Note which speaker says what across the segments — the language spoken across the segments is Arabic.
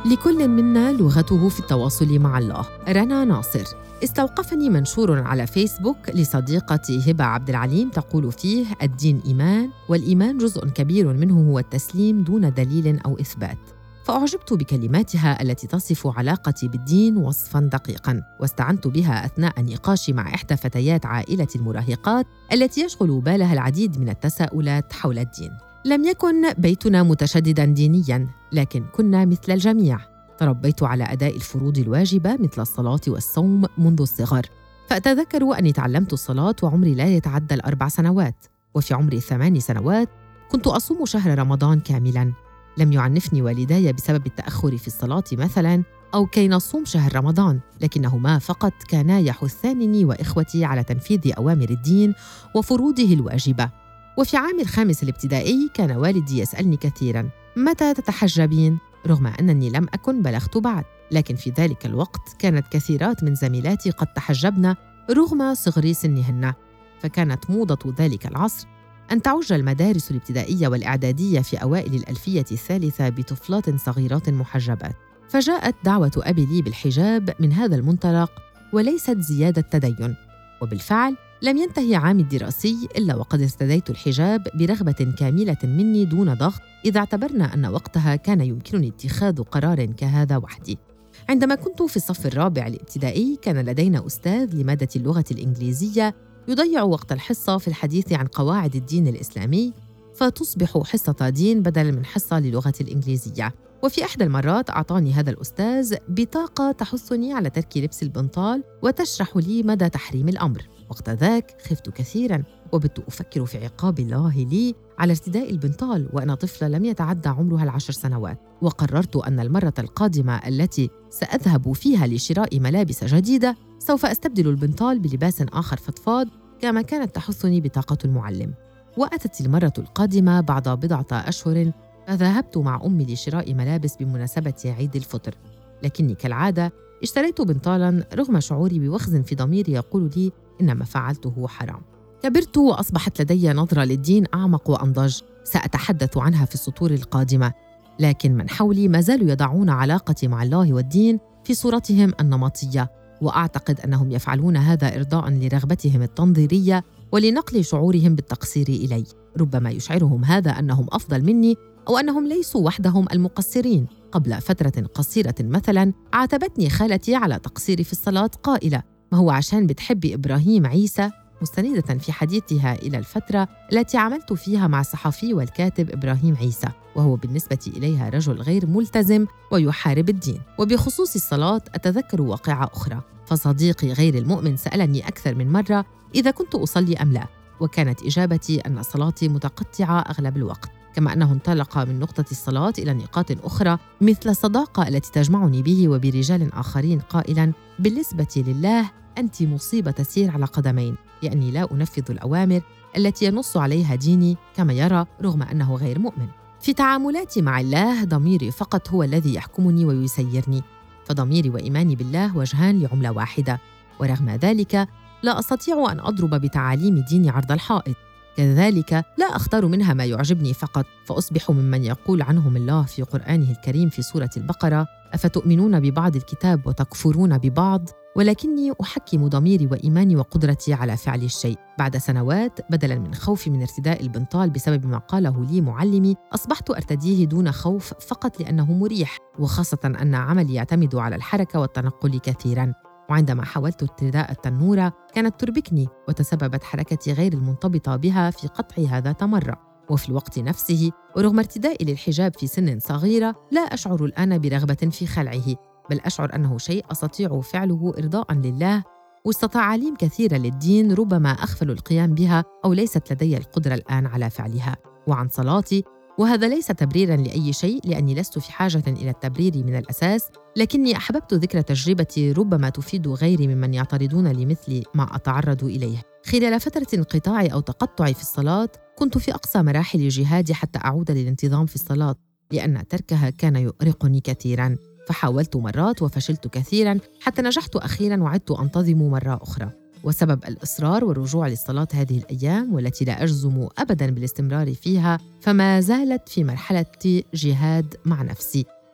Speaker 1: لكل منا لغته في التواصل مع الله. رنا ناصر. استوقفني منشور على فيسبوك لصديقتي هبة عبد العليم تقول فيه: الدين إيمان، والإيمان جزء كبير منه هو التسليم دون دليل أو إثبات. فأعجبت بكلماتها التي تصف علاقتي بالدين وصفاً دقيقاً، واستعنت بها أثناء نقاشي مع إحدى فتيات عائلة المراهقات التي يشغل بالها العديد من التساؤلات حول الدين. لم يكن بيتنا متشدداً دينياً، لكن كنا مثل الجميع. تربيت على أداء الفروض الواجبة مثل الصلاة والصوم منذ الصغر، فأتذكر أني تعلمت الصلاة وعمري لا يتعدى 4 سنوات، وفي عمري 8 سنوات كنت أصوم شهر رمضان كاملاً. لم يعنفني والداي بسبب التأخر في الصلاة مثلاً أو كي نصوم شهر رمضان، لكنهما فقط كانا يحثانني وإخوتي على تنفيذ أوامر الدين وفروضه الواجبة. وفي عام الخامس الابتدائي كان والدي يسألني كثيراً: متى تتحجبين؟ رغم أنني لم أكن بلغت بعد، لكن في ذلك الوقت كانت كثيرات من زميلاتي قد تحجبن رغم صغر سنهن. فكانت موضة ذلك العصر أن تعج المدارس الابتدائية والإعدادية في أوائل الألفية الثالثة بطفلات صغيرات محجبات. فجاءت دعوة أبي لي بالحجاب من هذا المنطلق وليست زيادة تدين. وبالفعل لم ينتهي عامي الدراسي إلا وقد ارتديت الحجاب برغبة كاملة مني دون ضغط، إذا اعتبرنا أن وقتها كان يمكنني اتخاذ قرار كهذا وحدي. عندما كنت في الصف الرابع الابتدائي كان لدينا أستاذ لمادة اللغة الإنجليزية يضيع وقت الحصة في الحديث عن قواعد الدين الإسلامي، فتصبح حصة دين بدلاً من حصة للغة الإنجليزية. وفي إحدى المرات أعطاني هذا الأستاذ بطاقة تحثني على ترك لبس البنطال وتشرح لي مدى تحريم الأمر. وقت ذاك خفت كثيراً وبدت أفكر في عقاب الله لي على ارتداء البنطال وأنا طفلة لم يتعدى عمرها 10 سنوات. وقررت أن المرة القادمة التي سأذهب فيها لشراء ملابس جديدة سوف أستبدل البنطال بلباس آخر فضفاض كما كانت تحثني بطاقة المعلم. وأتت المرة القادمة بعد 4 أشهر، فذهبت مع أمي لشراء ملابس بمناسبة عيد الفطر، لكني كالعادة اشتريت بنطالاً رغم شعوري بوخز في ضميري يقول لي إن ما فعلته حرام. كبرت وأصبحت لدي نظرة للدين أعمق وأنضج، سأتحدث عنها في السطور القادمة. لكن من حولي ما زالوا يضعون علاقتي مع الله والدين في صورتهم النمطية، وأعتقد أنهم يفعلون هذا إرضاءً لرغبتهم التنظيرية ولنقل شعورهم بالتقصير إلي. ربما يشعرهم هذا أنهم أفضل مني أو أنهم ليسوا وحدهم المقصرين. قبل فترة قصيرة مثلاً عاتبتني خالتي على تقصيري في الصلاة قائلة: ما هو عشان بتحبي إبراهيم عيسى؟ مستندة في حديثها إلى الفترة التي عملت فيها مع الصحفي والكاتب إبراهيم عيسى، وهو بالنسبة إليها رجل غير ملتزم ويحارب الدين. وبخصوص الصلاة أتذكر واقعة أخرى، فصديقي غير المؤمن سألني أكثر من مرة إذا كنت أصلي أم لا، وكانت إجابتي أن صلاتي متقطعة أغلب الوقت، كما أنه انطلق من نقطة الصلاة إلى نقاط أخرى مثل الصداقة التي تجمعني به وبرجال آخرين قائلاً: بالنسبة لله أنت مصيبة تسير على قدمين، لأني لا أنفذ الأوامر التي ينص عليها ديني كما يرى رغم أنه غير مؤمن. في تعاملاتي مع الله ضميري فقط هو الذي يحكمني ويسيرني، فضميري وإيماني بالله وجهان لعملة واحدة. ورغم ذلك لا أستطيع أن أضرب بتعاليم ديني عرض الحائط، كذلك لا أختار منها ما يعجبني فقط، فأصبح ممن يقول عنهم الله في قرآنه الكريم في سورة البقرة: أفتؤمنون ببعض الكتاب وتكفرون ببعض، ولكني أحكم ضميري وإيماني وقدرتي على فعل الشيء. بعد سنوات بدلاً من خوفي من ارتداء البنطال بسبب ما قاله لي معلمي، أصبحت أرتديه دون خوف فقط لأنه مريح، وخاصة أن عملي يعتمد على الحركة والتنقل كثيراً. وعندما حاولت ارتداء التنورة كانت تربكني، وتسببت حركتي غير المنضبطة بها في قطعها ذات مرة. وفي الوقت نفسه ورغم ارتدائي للحجاب في سن صغيرة لا أشعر الآن برغبة في خلعه، بل أشعر أنه شيء أستطيع فعله إرضاءً لله. وسط تعاليم كثيرة للدين ربما أغفل القيام بها أو ليست لدي القدرة الآن على فعلها. وعن صلاتي، وهذا ليس تبريراً لأي شيء لأني لست في حاجة إلى التبرير من الأساس، لكني أحببت ذكر تجربتي ربما تفيد غيري ممن يعترضون لمثل ما أتعرض إليه. خلال فترة انقطاعي أو تقطعي في الصلاة كنت في أقصى مراحل جهادي حتى أعود للانتظام في الصلاة، لأن تركها كان يؤرقني كثيراً. فحاولت مرات وفشلت كثيراً حتى نجحت أخيراً وعدت أنتظم مرة أخرى. وسبب الإصرار والرجوع للصلاة هذه الأيام والتي لا أجزم أبداً بالاستمرار فيها فما زالت في مرحلة جهاد مع نفسي.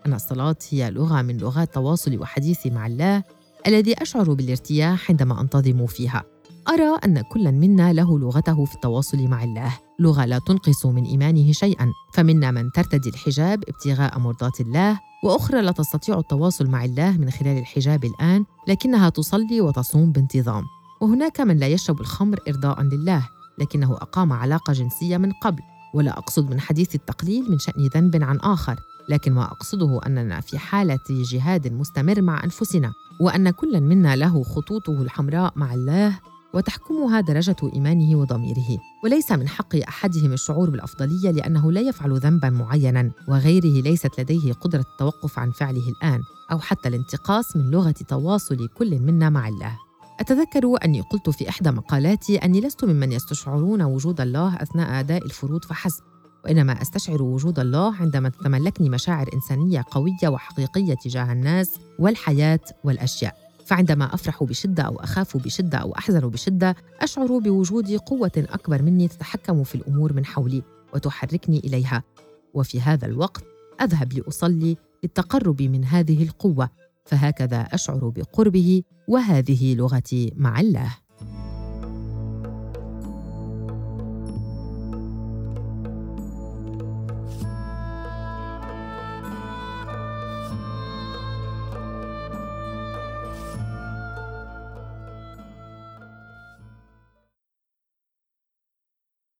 Speaker 1: أن الصلاة هي لغة من لغات تواصلي وحديثي مع الله الذي أشعر بالارتياح عندما أنتظم فيها. أرى أن كل منا له لغته في التواصل مع الله، لغة لا تنقص من إيمانه شيئاً، فمنا من ترتدي الحجاب ابتغاء مرضات الله، وأخرى لا تستطيع التواصل مع الله من خلال الحجاب الآن، لكنها تصلي وتصوم بانتظام. وهناك من لا يشرب الخمر إرضاءً لله، لكنه أقام علاقة جنسية من قبل. ولا أقصد من حديث التقليل من شأن ذنب عن آخر، لكن ما أقصده أننا في حالة جهاد مستمر مع أنفسنا، وأن كل منا له خطوطه الحمراء مع الله وتحكمها درجة إيمانه وضميره. وليس من حق أحدهم الشعور بالأفضلية لأنه لا يفعل ذنباً معيناً وغيره ليست لديه قدرة التوقف عن فعله الآن، أو حتى الانتقاص من لغة تواصل كل منا مع الله. أتذكر أني قلت في إحدى مقالاتي أني لست ممن يستشعرون وجود الله أثناء أداء الفروض فحسب، وإنما أستشعر وجود الله عندما تتملكني مشاعر إنسانية قوية وحقيقية تجاه الناس والحياة والأشياء. فعندما أفرح بشدة أو أخاف بشدة أو أحزن بشدة، أشعر بوجود قوة أكبر مني تتحكم في الأمور من حولي وتحركني إليها، وفي هذا الوقت أذهب لأصلي للتقرب من هذه القوة، فهكذا أشعر بقربه، وهذه لغتي مع الله.